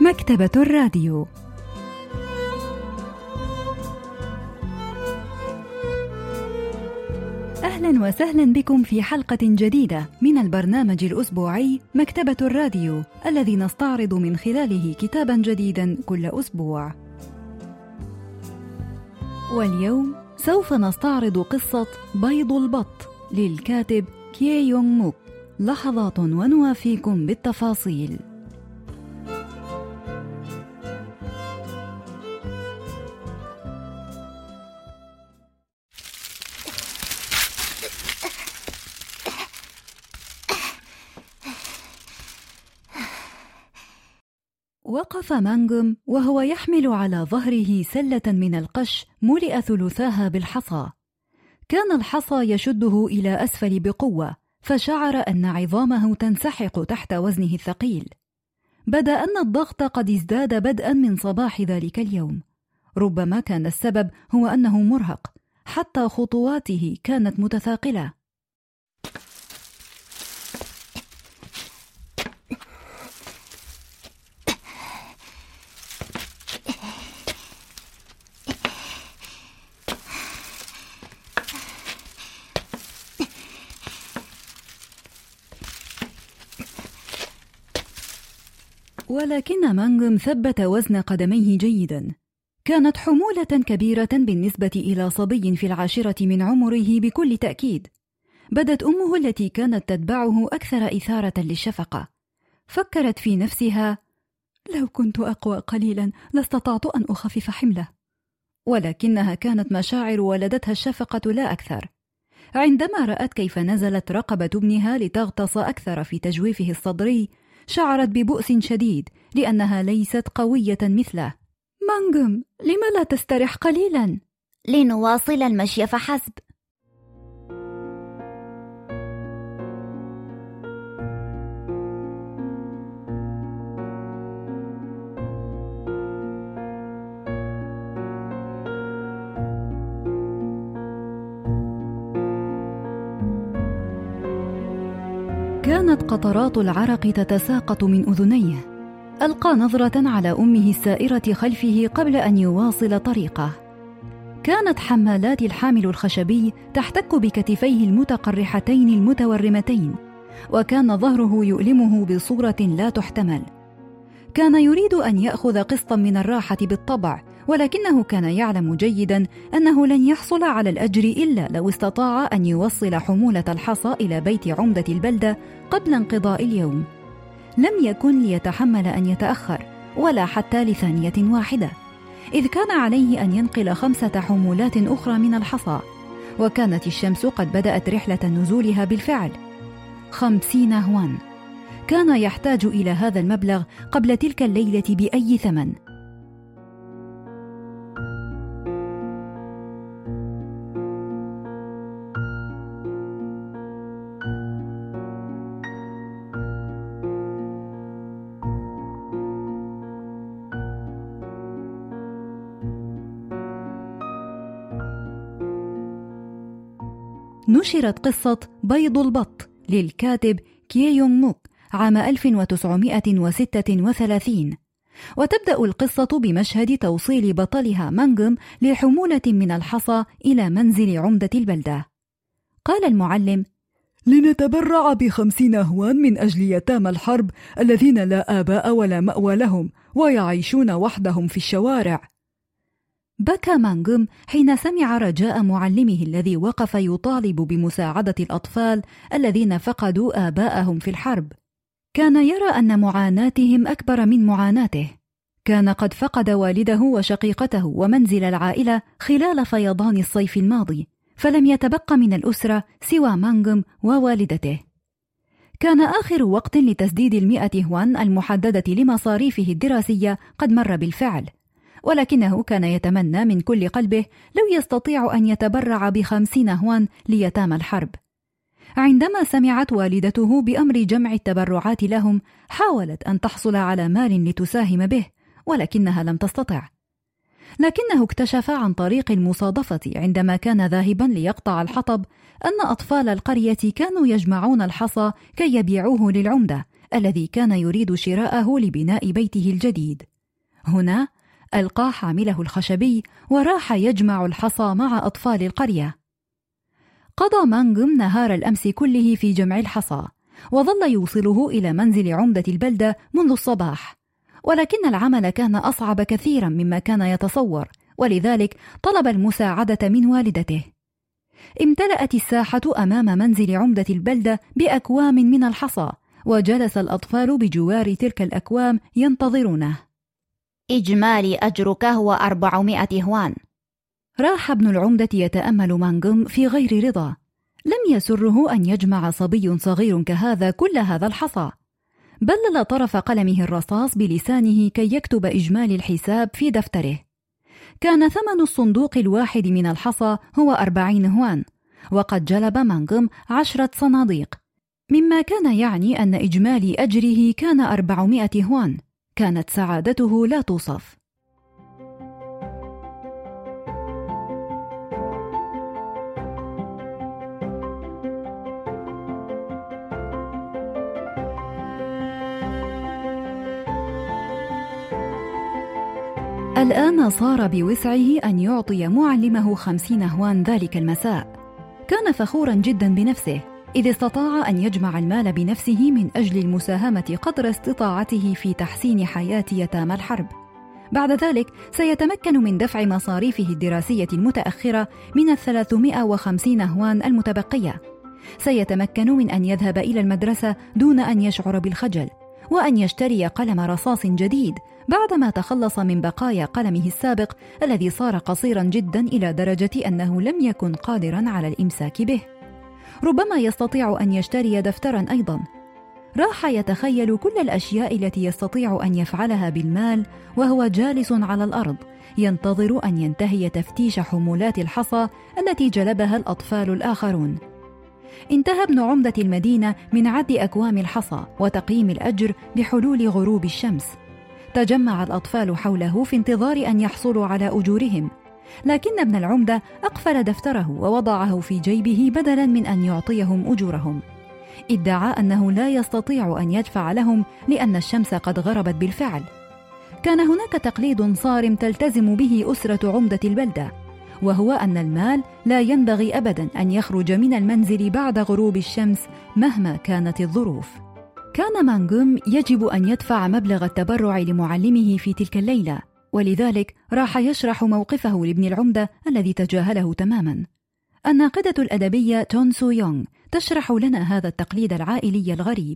مكتبة الراديو. أهلا وسهلا بكم في حلقة جديدة من البرنامج الأسبوعي مكتبة الراديو، الذي نستعرض من خلاله كتابا جديدا كل أسبوع. واليوم سوف نستعرض قصة بيض البط للكاتب كيه يونغ موك. لحظات ونوافيكم بالتفاصيل. وقف مانغوم وهو يحمل على ظهره سلة من القش ملئ ثلثاها بالحصى. كان الحصى يشده إلى أسفل بقوة، فشعر أن عظامه تنسحق تحت وزنه الثقيل. بدا أن الضغط قد ازداد بدءا من صباح ذلك اليوم. ربما كان السبب هو أنه مرهق، حتى خطواته كانت متثاقلة. ولكن مانغوم ثبت وزن قدميه جيدا. كانت حمولة كبيرة بالنسبة إلى صبي في العاشرة من عمره بكل تأكيد. بدت أمه التي كانت تتبعه أكثر إثارة للشفقة. فكرت في نفسها: لو كنت أقوى قليلا لاستطعت أن أخفف حمله. ولكنها كانت مشاعر ولدتها الشفقة لا أكثر. عندما رأت كيف نزلت رقبة ابنها لتغطس أكثر في تجويفه الصدري، شعرت ببؤس شديد لأنها ليست قوية مثله. مانغوم، لم لا تسترح قليلا؟ لنواصل المشي فحسب. كانت قطرات العرق تتساقط من أذنيه. ألقى نظرة على أمه السائرة خلفه قبل أن يواصل طريقه. كانت حمالات الحامل الخشبي تحتك بكتفيه المتقرحتين المتورمتين، وكان ظهره يؤلمه بصورة لا تحتمل. كان يريد أن يأخذ قسطا من الراحة بالطبع، ولكنه كان يعلم جيدا أنه لن يحصل على الأجر إلا لو استطاع أن يوصل حمولة الحصى إلى بيت عمدة البلدة قبل انقضاء اليوم. لم يكن ليتحمل أن يتأخر ولا حتى لثانية واحدة، إذ كان عليه أن ينقل 5 حمولات أخرى من الحصى، وكانت الشمس قد بدأت رحلة نزولها بالفعل. 50 هوان. كان يحتاج إلى هذا المبلغ قبل تلك الليلة بأي ثمن. نشرت قصة بيض البط للكاتب كيه يونغ موك عام 1936، وتبدأ القصة بمشهد توصيل بطلها مانغوم لحمولة من الحصى إلى منزل عمدة البلدة. قال المعلم: لنتبرع ب50 هوان من أجل يتامى الحرب الذين لا آباء ولا مأوى لهم ويعيشون وحدهم في الشوارع. بكى مانغوم حين سمع رجاء معلمه الذي وقف يطالب بمساعدة الأطفال الذين فقدوا آباءهم في الحرب. كان يرى أن معاناتهم أكبر من معاناته. كان قد فقد والده وشقيقته ومنزل العائلة خلال فيضان الصيف الماضي، فلم يتبق من الأسرة سوى مانغوم ووالدته. كان آخر وقت لتسديد 100 هوان المحددة لمصاريفه الدراسية قد مر بالفعل، ولكنه كان يتمنى من كل قلبه لو يستطيع أن يتبرع ب50 هوان ليتامى الحرب. عندما سمعت والدته بأمر جمع التبرعات لهم، حاولت أن تحصل على مال لتساهم به، ولكنها لم تستطع. لكنه اكتشف عن طريق المصادفة عندما كان ذاهبا ليقطع الحطب أن أطفال القرية كانوا يجمعون الحصى كي يبيعوه للعمدة الذي كان يريد شراءه لبناء بيته الجديد. هنا ألقى حامله الخشبي وراح يجمع الحصى مع أطفال القرية. قضى مانغم نهار الأمس كله في جمع الحصى، وظل يوصله إلى منزل عمدة البلدة منذ الصباح، ولكن العمل كان أصعب كثيرا مما كان يتصور، ولذلك طلب المساعدة من والدته. امتلأت الساحة أمام منزل عمدة البلدة بأكوام من الحصى، وجلس الأطفال بجوار تلك الأكوام ينتظرونه. إجمالي أجرك هو 400 هوان. راح ابن العمدة يتأمل مانغم في غير رضا. لم يسره أن يجمع صبي صغير كهذا كل هذا الحصى. بلل طرف قلمه الرصاص بلسانه كي يكتب إجمالي الحساب في دفتره. كان ثمن الصندوق الواحد من الحصى هو 40 هوان، وقد جلب مانغم 10 صناديق، مما كان يعني أن إجمالي أجره كان 400 هوان. كانت سعادته لا توصف. الآن صار بوسعه أن يعطي معلمه 50 هوان ذلك المساء. كان فخورا جدا بنفسه، إذ استطاع أن يجمع المال بنفسه من أجل المساهمة قدر استطاعته في تحسين حياة يتامى الحرب. بعد ذلك سيتمكن من دفع مصاريفه الدراسية المتأخرة من 350 هوان المتبقية. سيتمكن من أن يذهب إلى المدرسة دون أن يشعر بالخجل، وأن يشتري قلم رصاص جديد بعدما تخلص من بقايا قلمه السابق الذي صار قصيرا جدا إلى درجة أنه لم يكن قادرا على الإمساك به. ربما يستطيع أن يشتري دفترا أيضا. راح يتخيل كل الأشياء التي يستطيع أن يفعلها بالمال وهو جالس على الأرض ينتظر أن ينتهي تفتيش حمولات الحصى التي جلبها الأطفال الآخرون. انتهى ابن عمدة المدينة من عد أكوام الحصى وتقييم الأجر بحلول غروب الشمس. تجمع الأطفال حوله في انتظار أن يحصلوا على أجورهم، لكن ابن العمدة أقفل دفتره ووضعه في جيبه بدلا من أن يعطيهم أجورهم. ادعى أنه لا يستطيع أن يدفع لهم لأن الشمس قد غربت بالفعل. كان هناك تقليد صارم تلتزم به أسرة عمدة البلدة، وهو أن المال لا ينبغي أبدا أن يخرج من المنزل بعد غروب الشمس مهما كانت الظروف. كان مانغم يجب أن يدفع مبلغ التبرع لمعلمه في تلك الليلة، ولذلك راح يشرح موقفه لابن العمدة الذي تجاهله تماما. الناقدة الأدبية تون سو يونغ تشرح لنا هذا التقليد العائلي الغريب.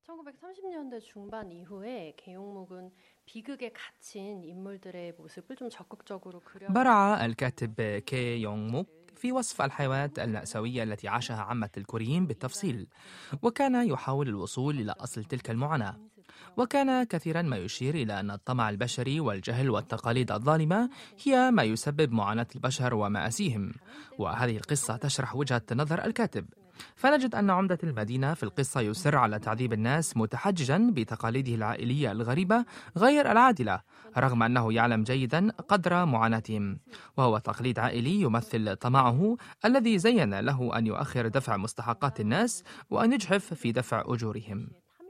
1930년대 중반 이후에 개용목은 비극에 갇힌 인물들의 모습을 좀 적극적으로 그려. برع الكاتب كي يونغ موك في وصف الحياة المأساوية التي عاشها عامة الكوريين بالتفصيل، وكان يحاول الوصول إلى أصل تلك المعاناة. وكان كثيرا ما يشير إلى أن الطمع البشري والجهل والتقاليد الظالمة هي ما يسبب معاناة البشر ومآسيهم، وهذه القصة تشرح وجهة نظر الكاتب. فنجد أن عمدة المدينة في القصة يصر على تعذيب الناس متحججا بتقاليده العائلية الغريبة غير العادلة، رغم أنه يعلم جيدا قدر معاناتهم، وهو تقليد عائلي يمثل طمعه الذي زين له أن يؤخر دفع مستحقات الناس وأن يجحف في دفع أجورهم.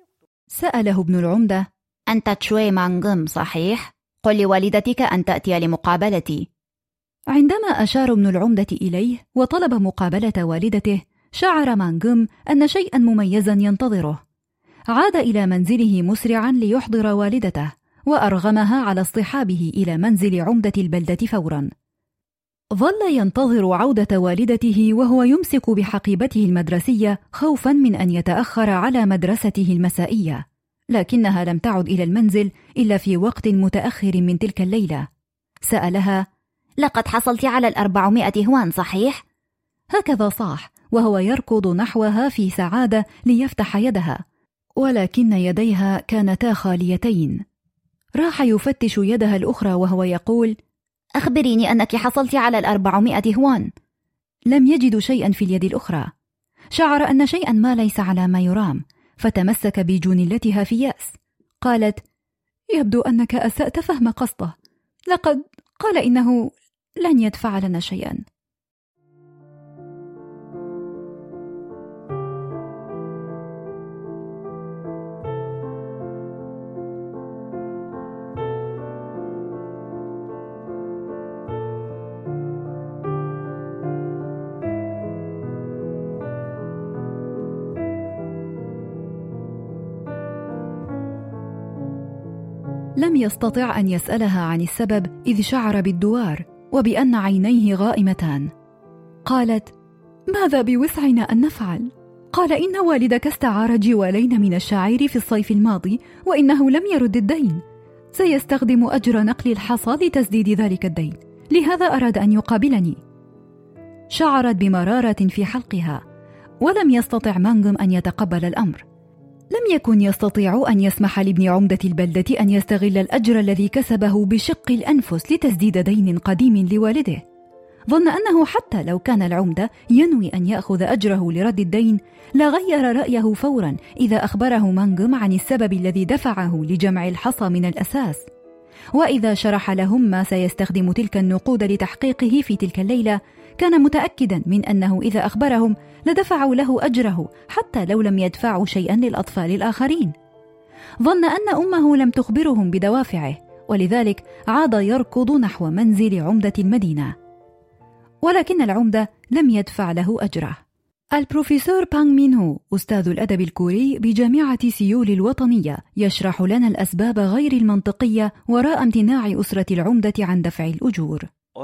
سأله ابن العمدة: أنت تشوي مانغم صحيح؟ قل لوالدتك أن تأتي لمقابلتي. عندما أشار ابن العمدة إليه وطلب مقابلة والدته، شعر مانغم أن شيئا مميزا ينتظره. عاد إلى منزله مسرعا ليحضر والدته، وأرغمها على اصطحابه إلى منزل عمدة البلدة فورا. ظل ينتظر عودة والدته وهو يمسك بحقيبته المدرسية خوفا من أن يتأخر على مدرسته المسائية، لكنها لم تعد إلى المنزل إلا في وقت متأخر من تلك الليلة. سألها: لقد حصلت على 400 هوان صحيح؟ هكذا صاح، وهو يركض نحوها في سعادة ليفتح يدها، ولكن يديها كانتا خاليتين. راح يفتش يدها الأخرى وهو يقول: أخبريني أنك حصلت على 400 هوان. لم يجد شيئا في اليد الأخرى. شعر أن شيئا ما ليس على ما يرام، فتمسك بجنلتها في يأس. قالت: يبدو أنك أسأت فهم قصده، لقد قال إنه لن يدفع لنا شيئا. لم يستطع أن يسألها عن السبب إذ شعر بالدوار وبأن عينيه غائمتان. قالت: ماذا بوسعنا أن نفعل؟ قال: إن والدك استعار جوالين من الشعير في الصيف الماضي وإنه لم يرد الدين، سيستخدم أجر نقل الحصى لتسديد ذلك الدين، لهذا أراد أن يقابلني. شعرت بمرارة في حلقها، ولم يستطع مانغم أن يتقبل الأمر. لم يكن يستطيع أن يسمح لابن عمدة البلدة أن يستغل الأجر الذي كسبه بشق الأنفس لتسديد دين قديم لوالده. ظن أنه حتى لو كان العمدة ينوي أن يأخذ أجره لرد الدين لغير رأيه فورا إذا أخبره مانغم عن السبب الذي دفعه لجمع الحصى من الأساس، وإذا شرح لهم ما سيستخدم تلك النقود لتحقيقه في تلك الليلة كان متأكدا من أنه إذا أخبرهم لدفعوا له أجره حتى لو لم يدفعوا شيئا للأطفال الآخرين. ظن أن أمه لم تخبرهم بدوافعه، ولذلك عاد يركض نحو منزل عمدة المدينة، ولكن العمدة لم يدفع له أجره. البروفيسور بانغ مين هو أستاذ الأدب الكوري بجامعة سيول الوطنية يشرح لنا الأسباب غير المنطقية وراء امتناع أسرة العمدة عن دفع الأجور.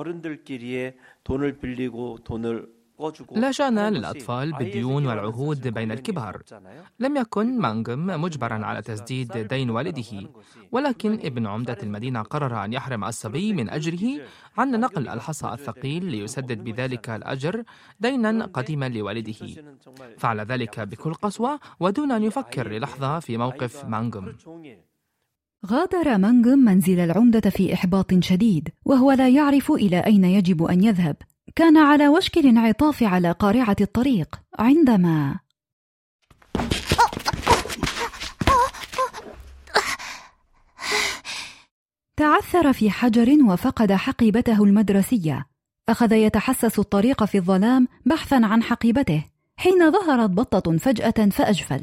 لا شأن للأطفال بالديون والعهود بين الكبار. لم يكن مانغم مجبرا على تسديد دين والده، ولكن ابن عمدة المدينة قرر أن يحرم الصبي من أجره عن نقل الحصى الثقيل ليسدد بذلك الأجر دينا قديما لوالده. فعل ذلك بكل قسوة ودون أن يفكر للحظة في موقف مانغم. غادر مانغم منزل العمدة في إحباط شديد، وهو لا يعرف إلى أين يجب أن يذهب. كان على وشك الانعطاف على قارعة الطريق عندما تعثر في حجر وفقد حقيبته المدرسية. أخذ يتحسس الطريق في الظلام بحثا عن حقيبته حين ظهرت بطة فجأة فأجفل.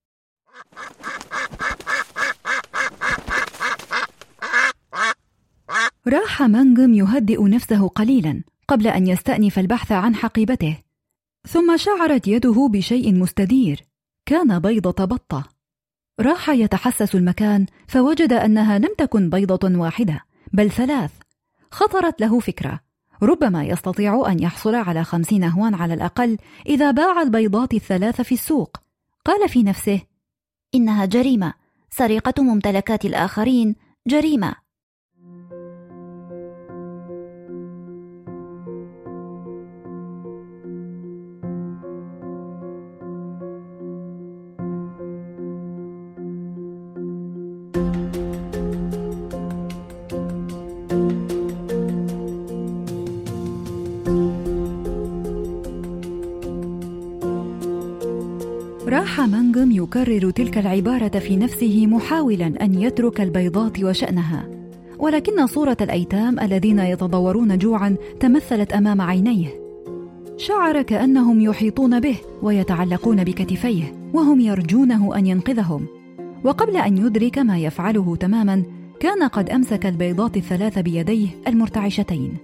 راح مانغم يهدئ نفسه قليلا قبل أن يستأنف البحث عن حقيبته، ثم شعرت يده بشيء مستدير. كان بيضة بطة. راح يتحسس المكان فوجد أنها لم تكن بيضة واحدة بل 3. خطرت له فكرة، ربما يستطيع أن يحصل على 50 هوان على الأقل إذا باع البيضات 3 في السوق. قال في نفسه: إنها جريمة، سرقة ممتلكات الآخرين جريمة. راح مانغم يكرر تلك العبارة في نفسه محاولا أن يترك البيضات وشأنها، ولكن صورة الأيتام الذين يتضورون جوعا تمثلت أمام عينيه. شعر كأنهم يحيطون به ويتعلقون بكتفيه وهم يرجونه أن ينقذهم، وقبل أن يدرك ما يفعله تماما كان قد أمسك البيضات 3 بيديه المرتعشتين.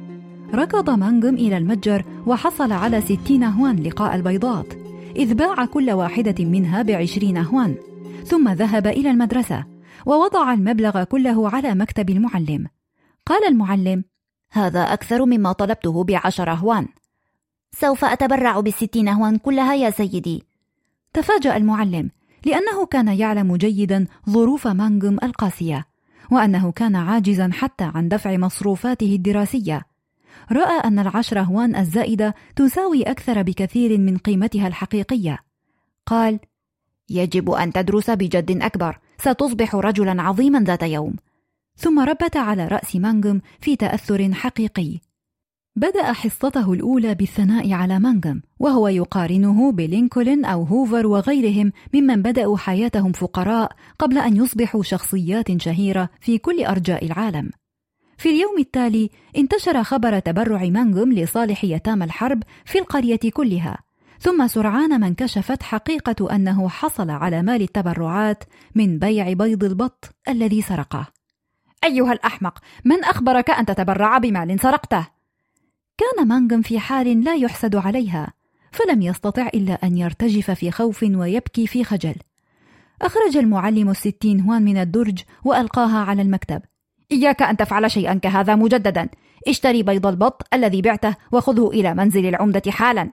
ركض مانغم إلى المتجر وحصل على 60 هوان لقاء البيضات، إذ باع كل واحدة منها ب20 هوان، ثم ذهب إلى المدرسة ووضع المبلغ كله على مكتب المعلم. قال المعلم: هذا أكثر مما طلبته ب10 هوان، سوف أتبرع ب60 هوان كلها يا سيدي. تفاجأ المعلم لأنه كان يعلم جيدا ظروف مانغم القاسية، وأنه كان عاجزا حتى عن دفع مصروفاته الدراسية. رأى أن 10 هوان الزائدة تساوي أكثر بكثير من قيمتها الحقيقية. قال: يجب أن تدرس بجد أكبر، ستصبح رجلا عظيما ذات يوم. ثم ربت على رأس مانغم في تأثر حقيقي. بدأ حصته الأولى بالثناء على مانغم، وهو يقارنه بلينكولن أو هوفر وغيرهم ممن بدأوا حياتهم فقراء قبل أن يصبحوا شخصيات شهيرة في كل أرجاء العالم. في اليوم التالي انتشر خبر تبرع مانغم لصالح يتامى الحرب في القرية كلها، ثم سرعان ما انكشفت حقيقة أنه حصل على مال التبرعات من بيع بيض البط الذي سرقه. أيها الأحمق، من أخبرك أن تتبرع بمال سرقته؟ كان مانغم في حال لا يحسد عليها، فلم يستطع إلا أن يرتجف في خوف ويبكي في خجل. أخرج المعلم 60 هوان من الدرج وألقاها على المكتب. إياك أن تفعل شيئا كهذا مجددا. اشتري بيض البط الذي بعته وخذه إلى منزل العمدة حالا.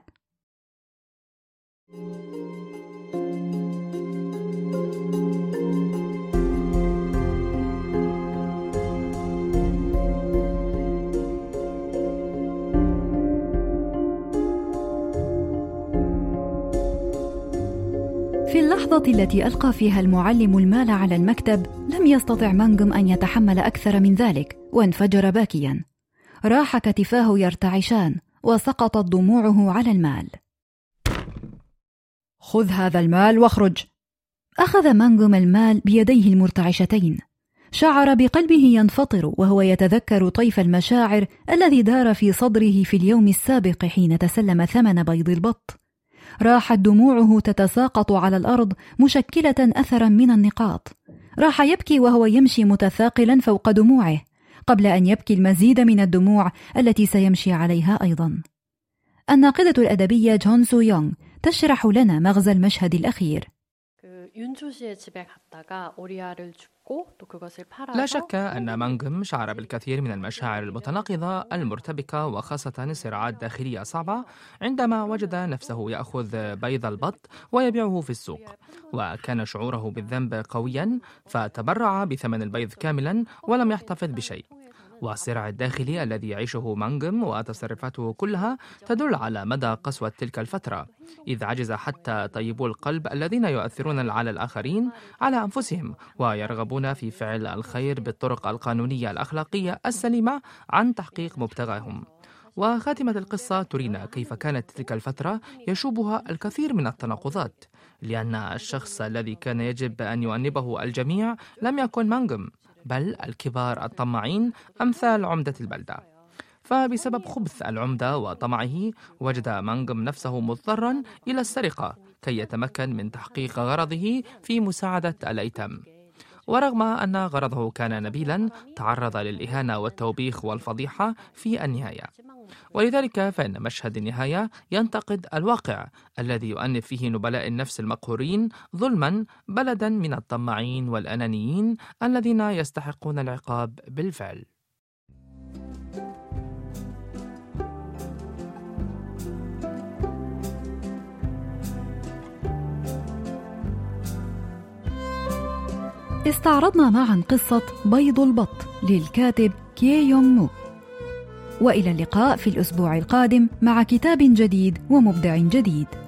في اللحظة التي ألقى فيها المعلم المال على المكتب لم يستطع مانغم أن يتحمل أكثر من ذلك وانفجر باكيا. راح كتفاه يرتعشان وسقطت دموعه على المال. خذ هذا المال واخرج. أخذ مانغم المال بيديه المرتعشتين. شعر بقلبه ينفطر وهو يتذكر طيف المشاعر الذي دار في صدره في اليوم السابق حين تسلم ثمن بيض البط. راحت دموعه تتساقط على الأرض مشكلة أثرا من النقاط. راح يبكي وهو يمشي متثاقلا فوق دموعه قبل أن يبكي المزيد من الدموع التي سيمشي عليها أيضا. الناقدة الأدبية جون سو يونغ تشرح لنا مغزى المشهد الأخير. لا شك أن مانغم شعر بالكثير من المشاعر المتناقضة المرتبكة وخاصة الصراعات الداخلية صعبة عندما وجد نفسه يأخذ بيض البط ويبيعه في السوق، وكان شعوره بالذنب قويا فتبرع بثمن البيض كاملا ولم يحتفظ بشيء. والصراع الداخلي الذي يعيشه مانغم وتصرفاته كلها تدل على مدى قسوة تلك الفترة، إذ عجز حتى طيبو القلب الذين يؤثرون على الآخرين على أنفسهم ويرغبون في فعل الخير بالطرق القانونية الأخلاقية السليمة عن تحقيق مبتغاهم. وخاتمة القصة ترينا كيف كانت تلك الفترة يشوبها الكثير من التناقضات، لأن الشخص الذي كان يجب أن يؤنبه الجميع لم يكن مانغم، بل الكبار الطماعين أمثال عمدة البلدة. فبسبب خبث العمدة وطمعه وجد مانغم نفسه مضطرا إلى السرقة كي يتمكن من تحقيق غرضه في مساعدة الأيتام. ورغم أن غرضه كان نبيلا تعرض للإهانة والتوبيخ والفضيحة في النهاية. ولذلك فإن مشهد النهاية ينتقد الواقع الذي يؤنب فيه نبلاء النفس المقهورين ظلما بلدا من الطماعين والأنانيين الذين يستحقون العقاب بالفعل. استعرضنا معا قصة بيض البط للكاتب كيه يونغ مو، وإلى اللقاء في الأسبوع القادم مع كتاب جديد ومبدع جديد.